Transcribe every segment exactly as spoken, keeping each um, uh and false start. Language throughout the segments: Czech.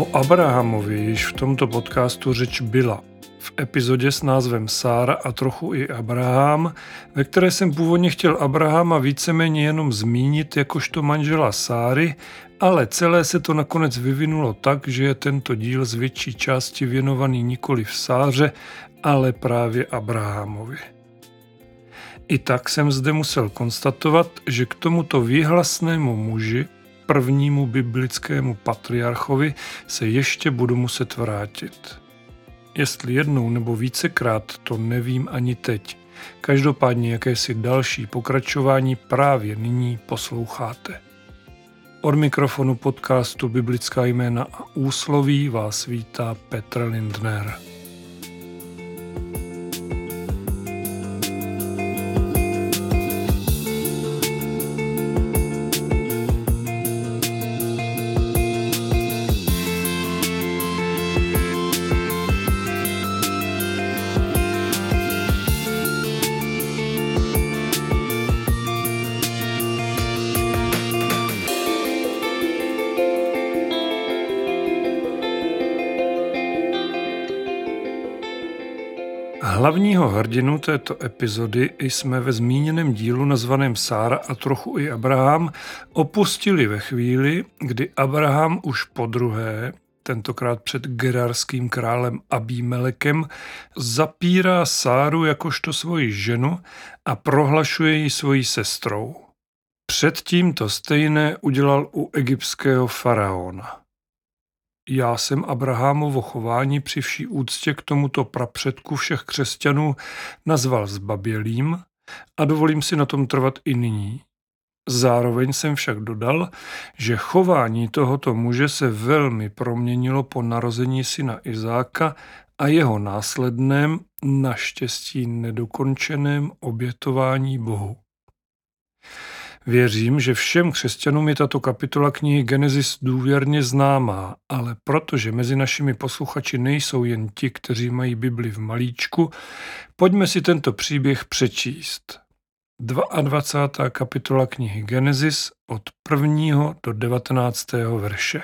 O Abrahamovi již v tomto podcastu řeč byla. V epizodě s názvem Sára a trochu i Abraham, ve které jsem původně chtěl Abrahama víceméně jenom zmínit jakožto manžela Sáry, ale celé se to nakonec vyvinulo tak, že je tento díl z větší části věnovaný nikoli v Sáře, ale právě Abrahamovi. I tak jsem zde musel konstatovat, že k tomuto výhlasnému muži, prvnímu biblickému patriarchovi, se ještě budu muset vrátit. Jestli jednou nebo vícekrát, to nevím ani teď. Každopádně jakési další pokračování právě nyní posloucháte. Od mikrofonu podcastu Biblická jména a úsloví vás vítá Petr Lindner. Hlavního hrdinu této epizody jsme ve zmíněném dílu nazvaném Sára a trochu i Abraham opustili ve chvíli, kdy Abraham už podruhé, tentokrát před gerarským králem Abímelekem, zapírá Sáru jakožto svoji ženu a prohlašuje ji svojí sestrou. Předtím to stejné udělal u egyptského faraona. Já jsem Abrahamovo chování při vší úctě k tomuto prapředku všech křesťanů nazval zbabělým a dovolím si na tom trvat i nyní. Zároveň jsem však dodal, že chování tohoto muže se velmi proměnilo po narození syna Izáka a jeho následném, naštěstí nedokončeném obětování Bohu. Věřím, že všem křesťanům je tato kapitola knihy Genesis důvěrně známá, ale protože mezi našimi posluchači nejsou jen ti, kteří mají Bibli v malíčku, pojďme si tento příběh přečíst. dvacátá druhá kapitola knihy Genesis od prvního do devatenáctého verše.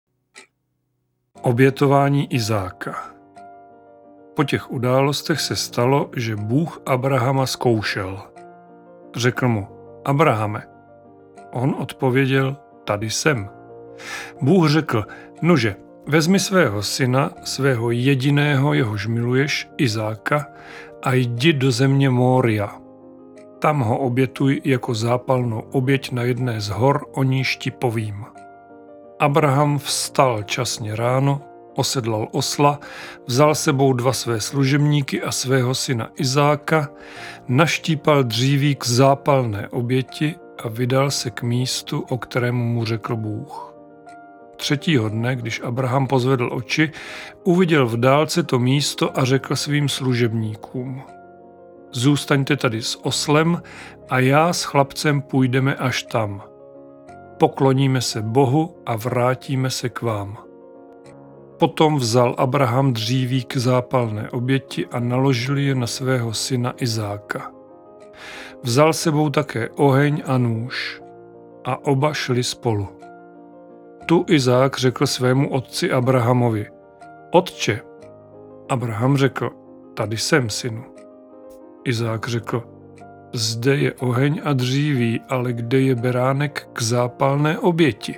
Obětování Izáka. Po těch událostech se stalo, že Bůh Abrahama zkoušel. Řekl mu: Abrahame. On odpověděl: tady jsem. Bůh řekl: nuže, vezmi svého syna, svého jediného, jehož miluješ, Izáka, a jdi do země Mória. Tam ho obětuj jako zápalnou oběť na jedné z hor, o níž ti povím. Abraham vstal časně ráno, osedlal osla, vzal sebou dva své služebníky a svého syna Izáka, naštípal dříví k zápalné oběti a vydal se k místu, o kterému mu řekl Bůh. Třetího dne, když Abraham pozvedl oči, uviděl v dálce to místo a řekl svým služebníkům: zůstaňte tady s oslem a já s chlapcem půjdeme až tam. Pokloníme se Bohu a vrátíme se k vám. Potom vzal Abraham dříví k zápalné oběti a naložil je na svého syna Izáka. Vzal sebou také oheň a nůž a oba šli spolu. Tu Izák řekl svému otci Abrahamovi: Otče. Abraham řekl: tady jsem, synu. Izák řekl: zde je oheň a dříví, ale kde je beránek k zápalné oběti?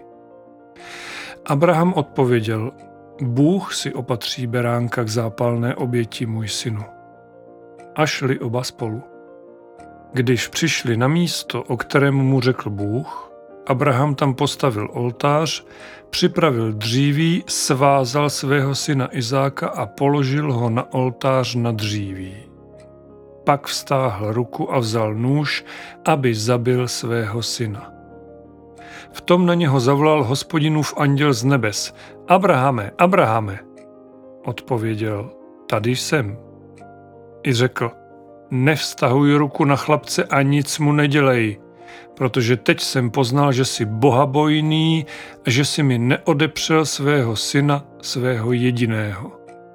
Abraham odpověděl: Bůh si opatří beránka k zápalné oběti, můj synu. A šli oba spolu. Když přišli na místo, o kterém mu řekl Bůh, Abraham tam postavil oltář, připravil dříví, svázal svého syna Izáka a položil ho na oltář na dříví. Pak vztáhl ruku a vzal nůž, aby zabil svého syna. V tom na něho zavolal Hospodinův anděl z nebes: Abrahame, Abrahame. Odpověděl: tady jsem. I řekl: nevztahuj ruku na chlapce a nic mu nedělej, protože teď jsem poznal, že jsi bohabojný a že jsi mi neodepřel svého syna, svého jediného.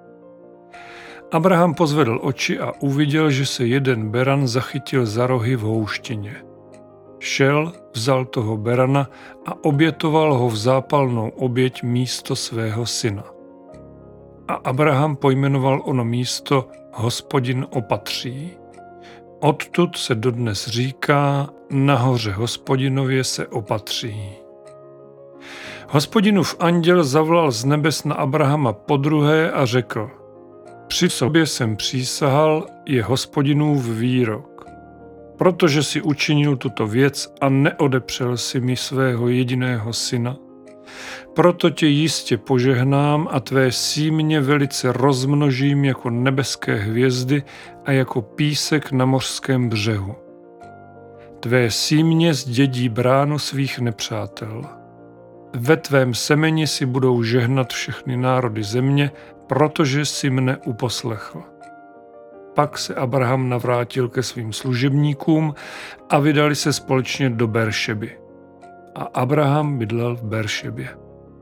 Abraham pozvedl oči a uviděl, že se jeden beran zachytil za rohy v houštině. Šel, vzal toho berana a obětoval ho v zápalnou oběť místo svého syna. A Abraham pojmenoval ono místo Hospodin opatří. Odtud se dodnes říká, nahoře Hospodinově se opatří. Hospodinův anděl zavolal z nebes na Abrahama podruhé a řekl: Při sobě jsem přísahal, je Hospodinův výrok. Protože si učinil tuto věc a neodepřel si mi svého jediného syna, proto tě jistě požehnám a tvé símě velice rozmnožím jako nebeské hvězdy a jako písek na mořském břehu. Tvé símě zdědí bránu svých nepřátel. Ve tvém semeni si budou žehnat všechny národy země, protože si mne uposlechl. Pak se Abraham navrátil ke svým služebníkům a vydali se společně do Beršeby. A Abraham bydlel v Beršebě.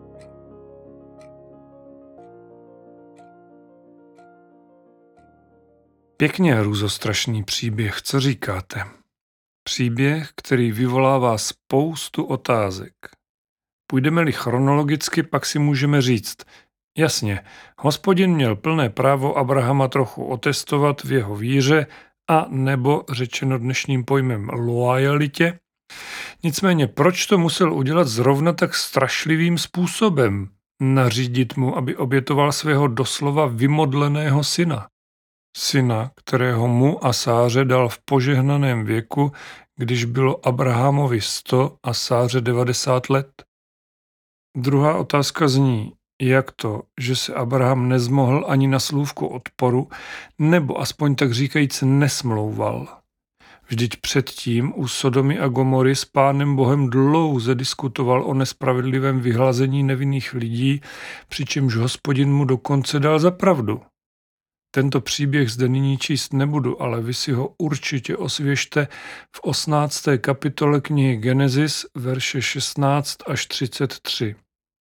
Pěkně hrůzostrašný příběh, co říkáte? Příběh, který vyvolává spoustu otázek. Půjdeme-li chronologicky, pak si můžeme říct, jasně, Hospodin měl plné právo Abrahama trochu otestovat v jeho víře a nebo řečeno dnešním pojmem loajalitě. Nicméně proč to musel udělat zrovna tak strašlivým způsobem? Nařídit mu, aby obětoval svého doslova vymodleného syna. Syna, kterého mu a Sáře dal v požehnaném věku, když bylo Abrahamovi sto a Sáře devadesát let. Druhá otázka zní, jak to, že se Abraham nezmohl ani na slůvku odporu, nebo aspoň tak říkajíc nesmlouval. Vždyť předtím u Sodomy a Gomory s Pánem Bohem dlouze diskutoval o nespravedlivém vyhlazení nevinných lidí, přičemž Hospodin mu dokonce dal za pravdu. Tento příběh zde nyní číst nebudu, ale vy si ho určitě osvěžte v osmnácté kapitole knihy Genesis, verše šestnáct až třicet tři.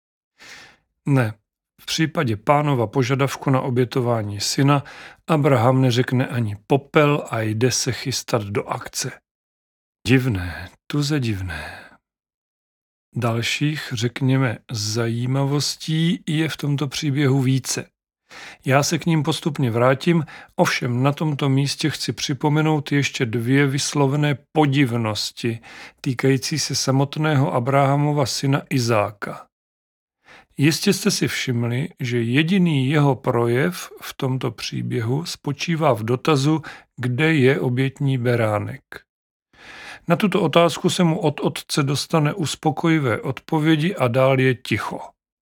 Ne, v případě Pánova požadavku na obětování syna Abraham neřekne ani popel a jde se chystat do akce. Divné, tuze divné. Dalších, řekněme, zajímavostí je v tomto příběhu více. Já se k ním postupně vrátím, ovšem na tomto místě chci připomenout ještě dvě vyslovené podivnosti týkající se samotného Abrahamova syna Izáka. Jistě jste si všimli, že jediný jeho projev v tomto příběhu spočívá v dotazu, kde je obětní beránek. Na tuto otázku se mu od otce dostane uspokojivé odpovědi a dál je ticho.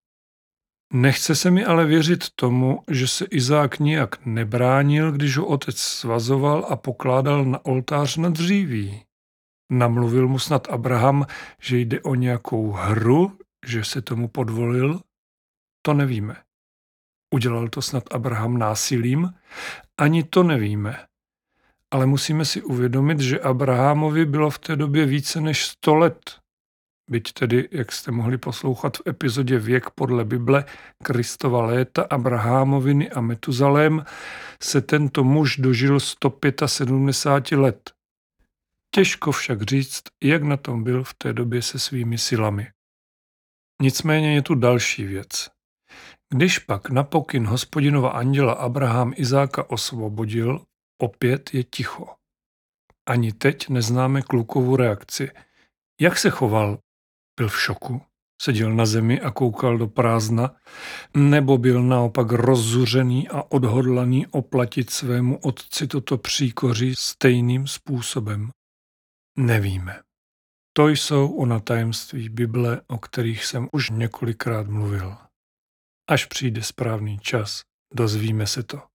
Nechce se mi ale věřit tomu, že se Izák nijak nebránil, když ho otec svazoval a pokládal na oltář na dříví. Namluvil mu snad Abraham, že jde o nějakou hru, že se tomu podvolil? To nevíme. Udělal to snad Abraham násilím? Ani to nevíme. Ale musíme si uvědomit, že Abrahamovi bylo v té době více než sto let. Byť tedy, jak jste mohli poslouchat v epizodě Věk podle Bible, Kristova léta, Abrahamoviny a Metuzalém, se tento muž dožil sto sedmdesát pět let. Těžko však říct, jak na tom byl v té době se svými silami. Nicméně je tu další věc. Když pak na pokyn Hospodinova anděla Abraham Izáka osvobodil, opět je ticho. Ani teď neznáme klukovu reakci. Jak se choval? Byl v šoku? Seděl na zemi a koukal do prázdna? Nebo byl naopak rozzuřený a odhodlaný oplatit svému otci toto příkoří stejným způsobem? Nevíme. To jsou ona tajemství Bible, o kterých jsem už několikrát mluvil. Až přijde správný čas, dozvíme se to.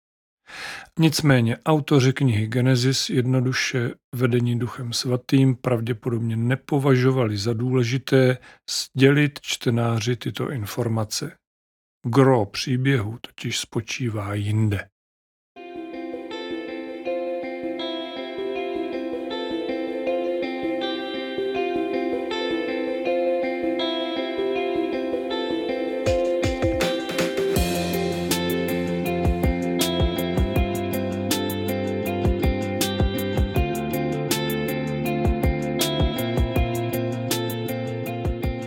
Nicméně autoři knihy Genesis jednoduše vedení Duchem svatým pravděpodobně nepovažovali za důležité sdělit čtenáři tyto informace. Gro příběhu totiž spočívá jinde.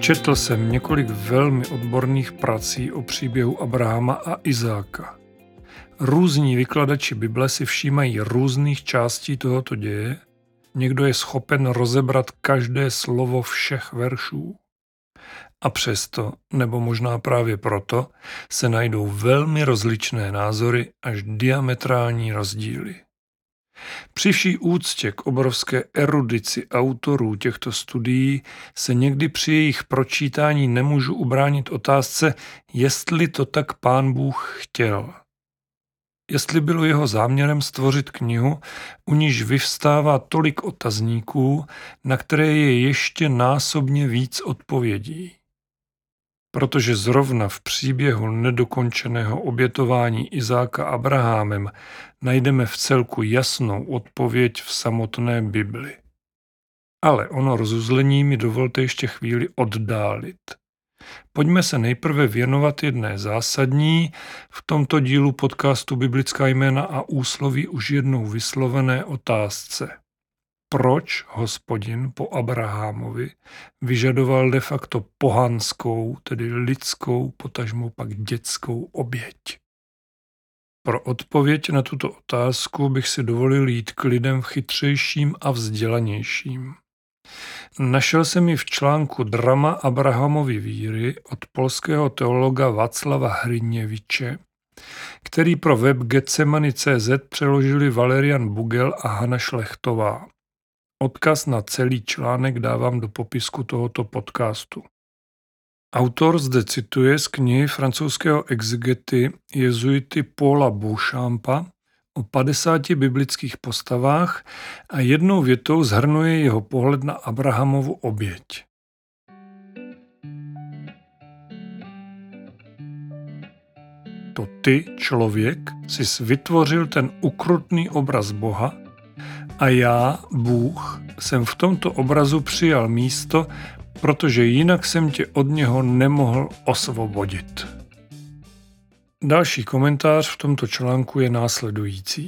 Četl jsem několik velmi odborných prací o příběhu Abrahama a Izáka. Různí vykladači Bible si všímají různých částí tohoto děje, někdo je schopen rozebrat každé slovo všech veršů. A přesto, nebo možná právě proto, se najdou velmi rozličné názory až diametrální rozdíly. Při vší úctě k obrovské erudici autorů těchto studií se někdy při jejich pročítání nemůžu ubránit otázce, jestli to tak Pán Bůh chtěl. Jestli bylo jeho záměrem stvořit knihu, u níž vyvstává tolik otazníků, na které je ještě násobně víc odpovědí. Protože zrovna v příběhu nedokončeného obětování Izáka Abrahamem najdeme v celku jasnou odpověď v samotné Bibli. Ale ono rozuzlení mi dovolte ještě chvíli oddálit. Pojďme se nejprve věnovat jedné zásadní, v tomto dílu podcastu Biblická jména a úsloví už jednou vyslovené otázce. Proč Hospodin po Abrahamovi vyžadoval de facto pohanskou, tedy lidskou, potažmo pak dětskou oběť? Pro odpověď na tuto otázku bych si dovolil jít k lidem chytřejším a vzdělanějším. Našel jsem ji v článku Drama Abrahamovy víry od polského teologa Václava Hryněviče, který pro web Getsemani tečka cé zet přeložili Valerian Bugel a Hana Šlechtová. Odkaz na celý článek dávám do popisku tohoto podcastu. Autor zde cituje z knihy francouzského exegety jezuity Paula Beauchampa o padesáti biblických postavách a jednou větou shrnuje jeho pohled na Abrahamovu oběť. To ty, člověk, jsi vytvořil ten ukrutný obraz Boha a já, Bůh, jsem v tomto obrazu přijal místo, protože jinak jsem tě od něho nemohl osvobodit. Další komentář v tomto článku je následující.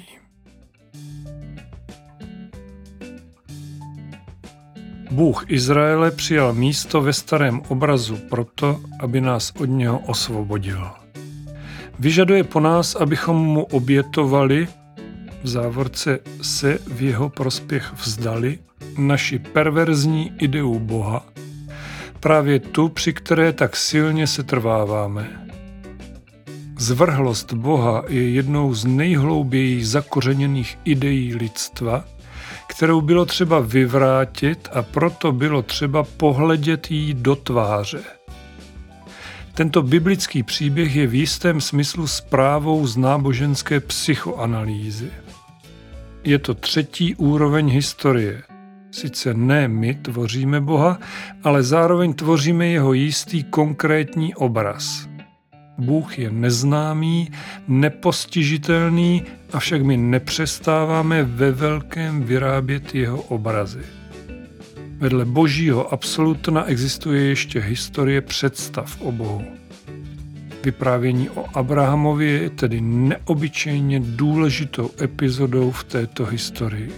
Bůh Izraele přijal místo ve starém obrazu proto, aby nás od něho osvobodil. Vyžaduje po nás, abychom mu obětovali, v závorce se v jeho prospěch vzdali, naši perverzní ideu Boha, právě tu, při které tak silně se trváváme. Zvrhlost Boha je jednou z nejhlouběji zakořeněných ideí lidstva, kterou bylo třeba vyvrátit a proto bylo třeba pohledět jí do tváře. Tento biblický příběh je v jistém smyslu zprávou z náboženské psychoanalýzy. Je to třetí úroveň historie. Sice ne my tvoříme Boha, ale zároveň tvoříme jeho jistý konkrétní obraz. Bůh je neznámý, nepostižitelný, avšak my nepřestáváme ve velkém vyrábět jeho obrazy. Vedle božího absolutna existuje ještě historie představ o Bohu. Vyprávění o Abrahamovi je tedy neobyčejně důležitou epizodou v této historii.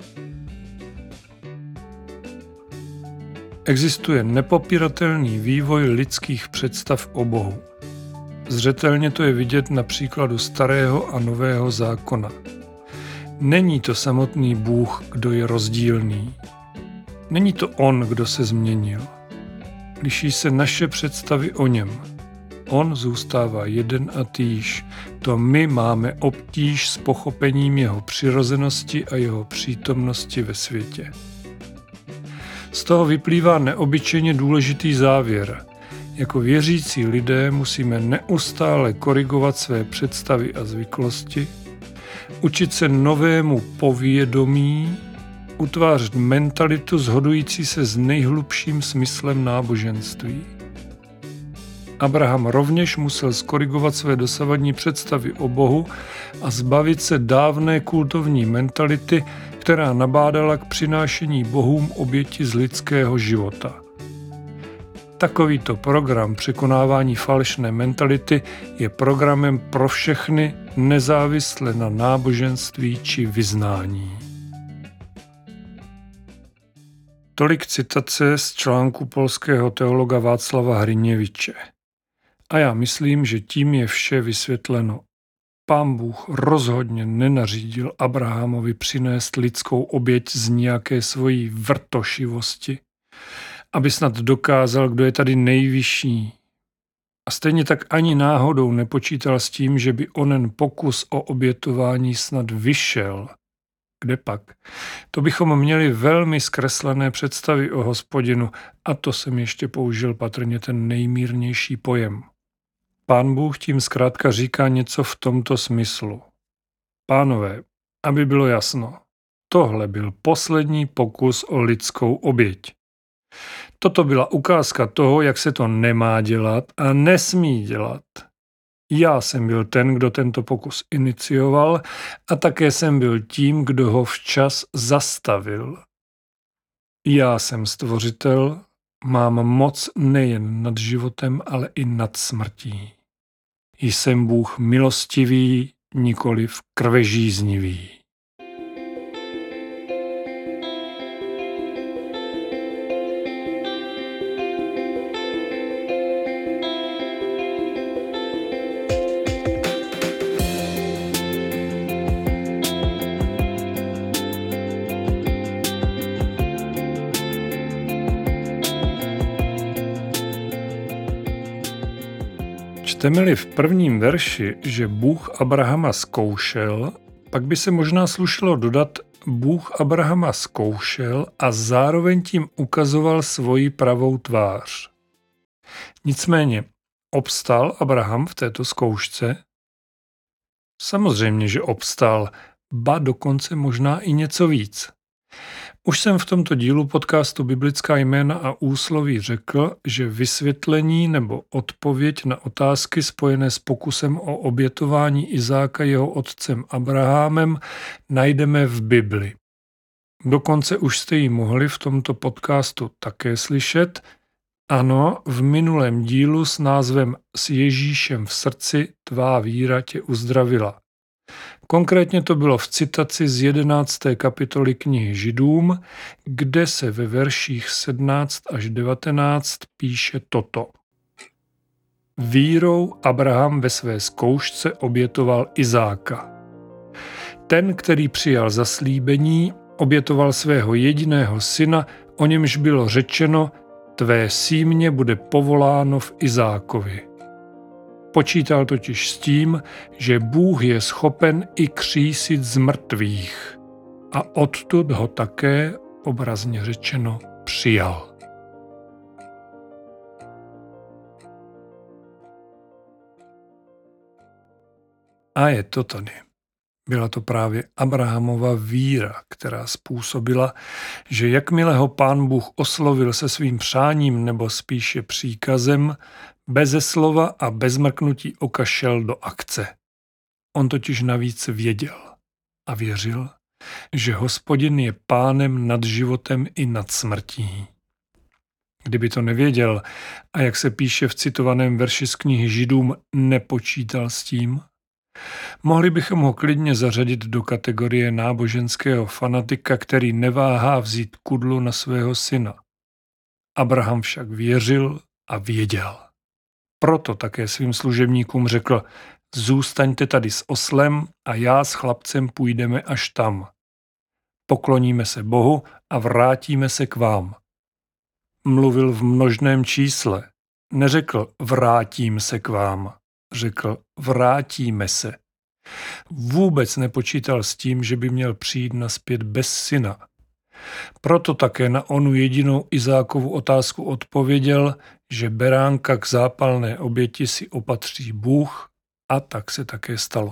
Existuje nepopiratelný vývoj lidských představ o Bohu. Zřetelně to je vidět na příkladu Starého a Nového zákona. Není to samotný Bůh, kdo je rozdílný. Není to on, kdo se změnil. Liší se naše představy o něm. On zůstává jeden a týž. To my máme obtíž s pochopením jeho přirozenosti a jeho přítomnosti ve světě. Z toho vyplývá neobyčejně důležitý závěr. Jako věřící lidé musíme neustále korigovat své představy a zvyklosti, učit se novému povědomí, utvářet mentalitu shodující se s nejhlubším smyslem náboženství. Abraham rovněž musel skorigovat své dosavadní představy o Bohu a zbavit se dávné kultovní mentality, která nabádala k přinášení bohům oběti z lidského života. Takovýto program překonávání falešné mentality je programem pro všechny nezávisle na náboženství či vyznání. Tolik citace z článku polského teologa Václava Hryněviče. A já myslím, že tím je vše vysvětleno. Pán Bůh rozhodně nenařídil Abrahamovi přinést lidskou oběť z nějaké svojí vrtošivosti, aby snad dokázal, kdo je tady nejvyšší. A stejně tak ani náhodou nepočítal s tím, že by onen pokus o obětování snad vyšel. Kde pak? To bychom měli velmi zkreslené představy o Hospodinu, a to jsem ještě použil patrně ten nejmírnější pojem. Pán Bůh tím zkrátka říká něco v tomto smyslu. Pánové, aby bylo jasno, tohle byl poslední pokus o lidskou oběť. Toto byla ukázka toho, jak se to nemá dělat a nesmí dělat. Já jsem byl ten, kdo tento pokus inicioval a také jsem byl tím, kdo ho včas zastavil. Já jsem stvořitel, mám moc nejen nad životem, ale i nad smrtí. Jsem Bůh milostivý, nikoliv krvežíznivý. Čteme-li v prvním verši, že Bůh Abrahama zkoušel, pak by se možná slušelo dodat, Bůh Abrahama zkoušel a zároveň tím ukazoval svoji pravou tvář. Nicméně, obstál Abraham v této zkoušce? Samozřejmě, že obstál, ba dokonce možná i něco víc. Už jsem v tomto dílu podcastu Biblická jména a úsloví řekl, že vysvětlení nebo odpověď na otázky spojené s pokusem o obětování Izáka jeho otcem Abrahamem najdeme v Bibli. Dokonce už jste ji mohli v tomto podcastu také slyšet. Ano, v minulém dílu s názvem S Ježíšem v srdci tvá víra tě uzdravila. Konkrétně to bylo v citaci z jedenácté kapitoly knihy Židům, kde se ve verších sedmnáct až devatenáct píše toto. Vírou Abraham ve své zkoušce obětoval Izáka. Ten, který přijal zaslíbení, obětoval svého jediného syna, o němž bylo řečeno, tvé símě bude povoláno v Izákovi. Počítal totiž s tím, že Bůh je schopen i křísit z mrtvých a odtud ho také, obrazně řečeno, přijal. A je to tady. Byla to právě Abrahamova víra, která způsobila, že jakmile ho Pán Bůh oslovil se svým přáním nebo spíše příkazem, beze slova a bez mrknutí oka šel do akce. On totiž navíc věděl a věřil, že Hospodin je pánem nad životem i nad smrtí. Kdyby to nevěděl a jak se píše v citovaném verši z knihy Židům, nepočítal s tím, mohli bychom ho klidně zařadit do kategorie náboženského fanatika, který neváhá vzít kudlu na svého syna. Abraham však věřil a věděl. Proto také svým služebníkům řekl, zůstaňte tady s oslem a já s chlapcem půjdeme až tam. Pokloníme se Bohu a vrátíme se k vám. Mluvil v množném čísle. Neřekl vrátím se k vám. Řekl vrátíme se. Vůbec nepočítal s tím, že by měl přijít nazpět bez syna. Proto také na onu jedinou Izákovu otázku odpověděl, že beránka k zápalné oběti si opatří Bůh, a tak se také stalo.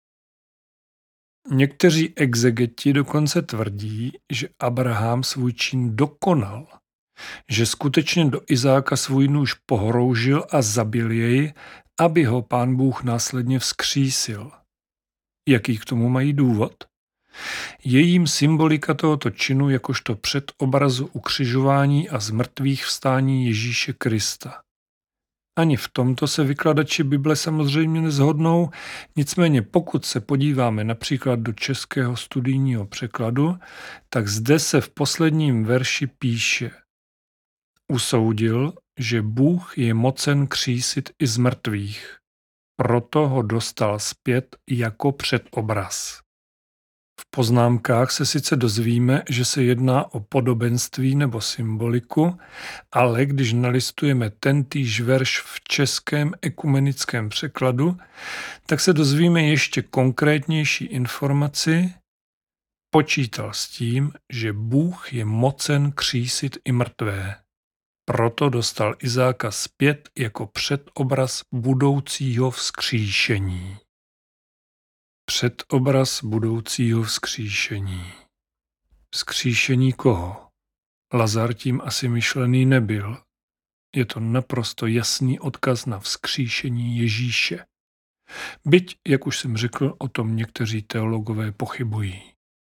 Někteří exegeti dokonce tvrdí, že Abraham svůj čin dokonal, že skutečně do Izáka svůj nůž pohroužil a zabil jej, aby ho Pán Bůh následně vzkřísil. Jaký k tomu mají důvod? Je jím symbolika tohoto činu jakožto předobrazu ukřižování a zmrtvých vstání Ježíše Krista. Ani v tomto se vykladači Bible samozřejmě neshodnou, nicméně pokud se podíváme například do českého studijního překladu, tak zde se v posledním verši píše: Usoudil, že Bůh je mocen křísit i z mrtvých, proto ho dostal zpět jako předobraz. V poznámkách se sice dozvíme, že se jedná o podobenství nebo symboliku, ale když nalistujeme tentýž verš v českém ekumenickém překladu, tak se dozvíme ještě konkrétnější informaci. Počítal s tím, že Bůh je mocen křísit i mrtvé. Proto dostal Izáka zpět jako předobraz budoucího vzkříšení. Předobraz budoucího vzkříšení. Vzkříšení koho? Lazar tím asi myšlený nebyl. Je to naprosto jasný odkaz na vzkříšení Ježíše. Byť, jak už jsem řekl, o tom někteří teologové pochybují.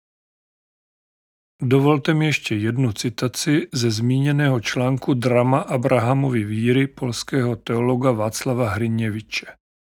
Dovolte mi ještě jednu citaci ze zmíněného článku Drama Abrahamovy víry polského teologa Václava Hryněviče.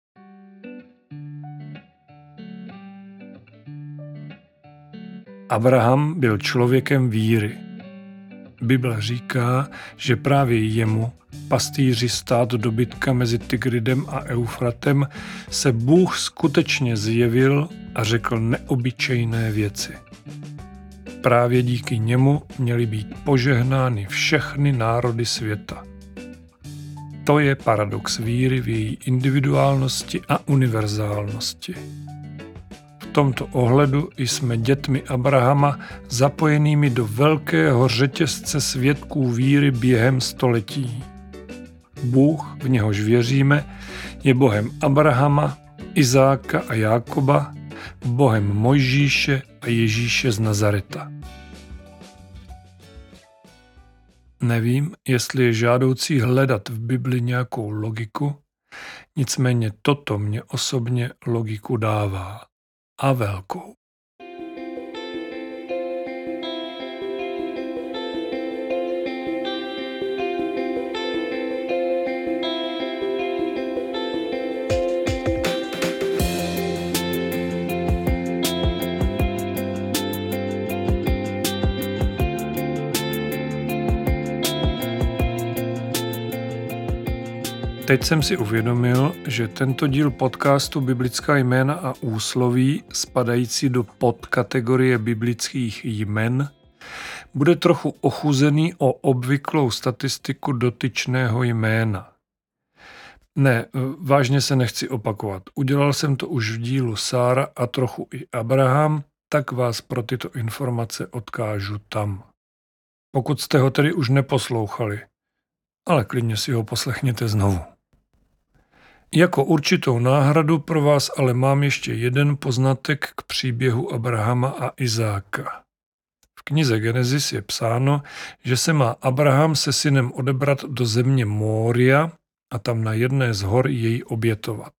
Abraham byl člověkem víry. Bible říká, že právě jemu, pastýři stát dobytka mezi Tigridem a Eufratem, se Bůh skutečně zjevil a řekl neobyčejné věci. Právě díky němu měly být požehnány všechny národy světa. To je paradox víry v její individuálnosti a univerzálnosti. V tomto ohledu jsme dětmi Abrahama zapojenými do velkého řetězce svědků víry během století. Bůh, v něhož věříme, je Bohem Abrahama, Izáka a Jákoba, Bohem Mojžíše a Ježíše z Nazareta. Nevím, jestli je žádoucí hledat v Bibli nějakou logiku, nicméně toto mě osobně logiku dává. A velkou. Teď jsem si uvědomil, že tento díl podcastu Biblická jména a úsloví, spadající do podkategorie biblických jmen, bude trochu ochuzený o obvyklou statistiku dotyčného jména. Ne, vážně se nechci opakovat. Udělal jsem to už v dílu Sára a trochu i Abraham, tak vás pro tyto informace odkážu tam. Pokud jste ho tedy už neposlouchali, ale klidně si ho poslechněte znovu. Jako určitou náhradu pro vás ale mám ještě jeden poznatek k příběhu Abrahama a Izáka. V knize Genesis je psáno, že se má Abraham se synem odebrat do země Mória a tam na jedné z hor jej obětovat.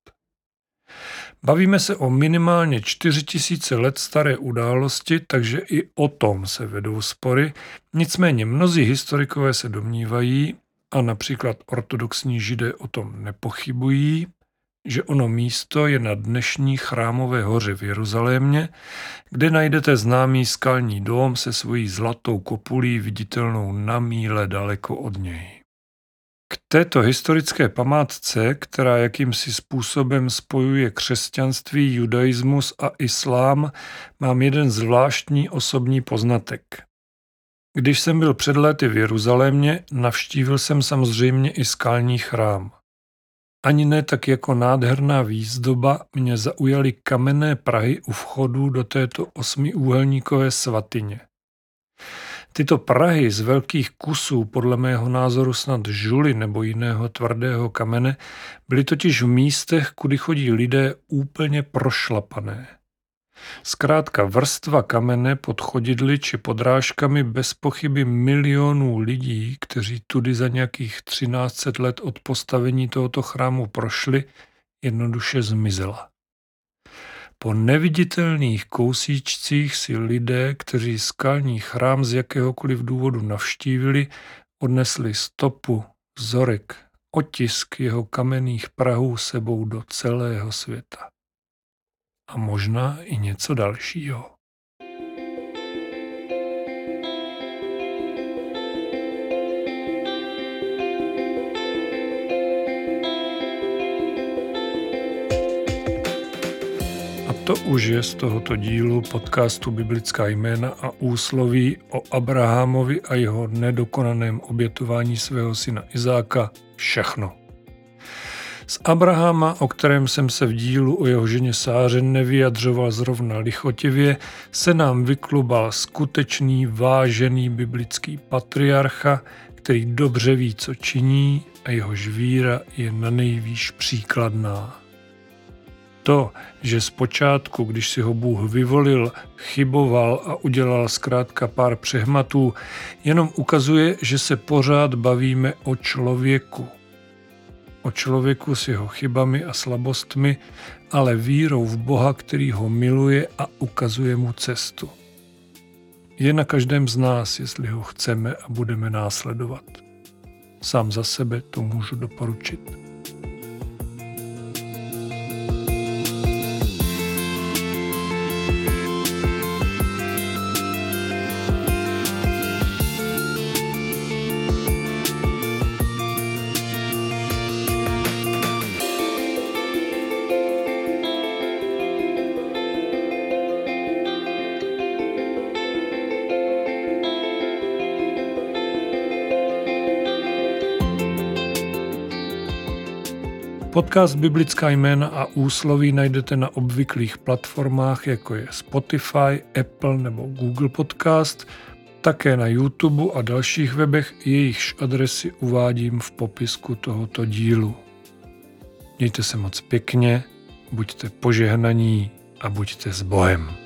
Bavíme se o minimálně čtyři tisíce let staré události, takže i o tom se vedou spory, nicméně mnozí historikové se domnívají, a například ortodoxní židé o tom nepochybují, že ono místo je na dnešní chrámové hoře v Jeruzalémě, kde najdete známý skalní dóm se svojí zlatou kopulí viditelnou na míle daleko od něj. K této historické památce, která jakýmsi způsobem spojuje křesťanství, judaismus a islám, mám jeden zvláštní osobní poznatek. Když jsem byl před léty v Jeruzalémě, navštívil jsem samozřejmě i skalní chrám. Ani ne tak jako nádherná výzdoba mě zaujaly kamenné prahy u vchodu do této osmiúhelníkové svatyně. Tyto prahy z velkých kusů, podle mého názoru snad žuly nebo jiného tvrdého kamene, byly totiž v místech, kudy chodí lidé úplně prošlapané. Zkrátka vrstva kamene pod chodidly či podrážkami bez pochyby milionů lidí, kteří tudy za nějakých třináct set let od postavení tohoto chrámu prošli, jednoduše zmizela. Po neviditelných kousíčcích si lidé, kteří skalní chrám z jakéhokoliv důvodu navštívili, odnesli stopu, vzorek, otisk jeho kamenných prahů sebou do celého světa. A možná i něco dalšího. To už je z tohoto dílu podcastu Biblická jména a úsloví o Abrahamovi a jeho nedokonaném obětování svého syna Izáka všechno. Z Abrahama, o kterém jsem se v dílu o jeho ženě Sáře nevyjadřoval zrovna lichotivě, se nám vyklubal skutečný vážený biblický patriarcha, který dobře ví, co činí a jehož víra je nanejvýš příkladná. To, že zpočátku, když si ho Bůh vyvolil, chyboval a udělal zkrátka pár přehmatů, jenom ukazuje, že se pořád bavíme o člověku. O člověku s jeho chybami a slabostmi, ale vírou v Boha, který ho miluje a ukazuje mu cestu. Je na každém z nás, jestli ho chceme a budeme následovat. Sám za sebe to můžu doporučit. Podcast Biblická jména a úsloví najdete na obvyklých platformách, jako je Spotify, Apple nebo Google Podcast, také na YouTube a dalších webech, jejichž adresy uvádím v popisku tohoto dílu. Mějte se moc pěkně, buďte požehnaní a buďte s Bohem.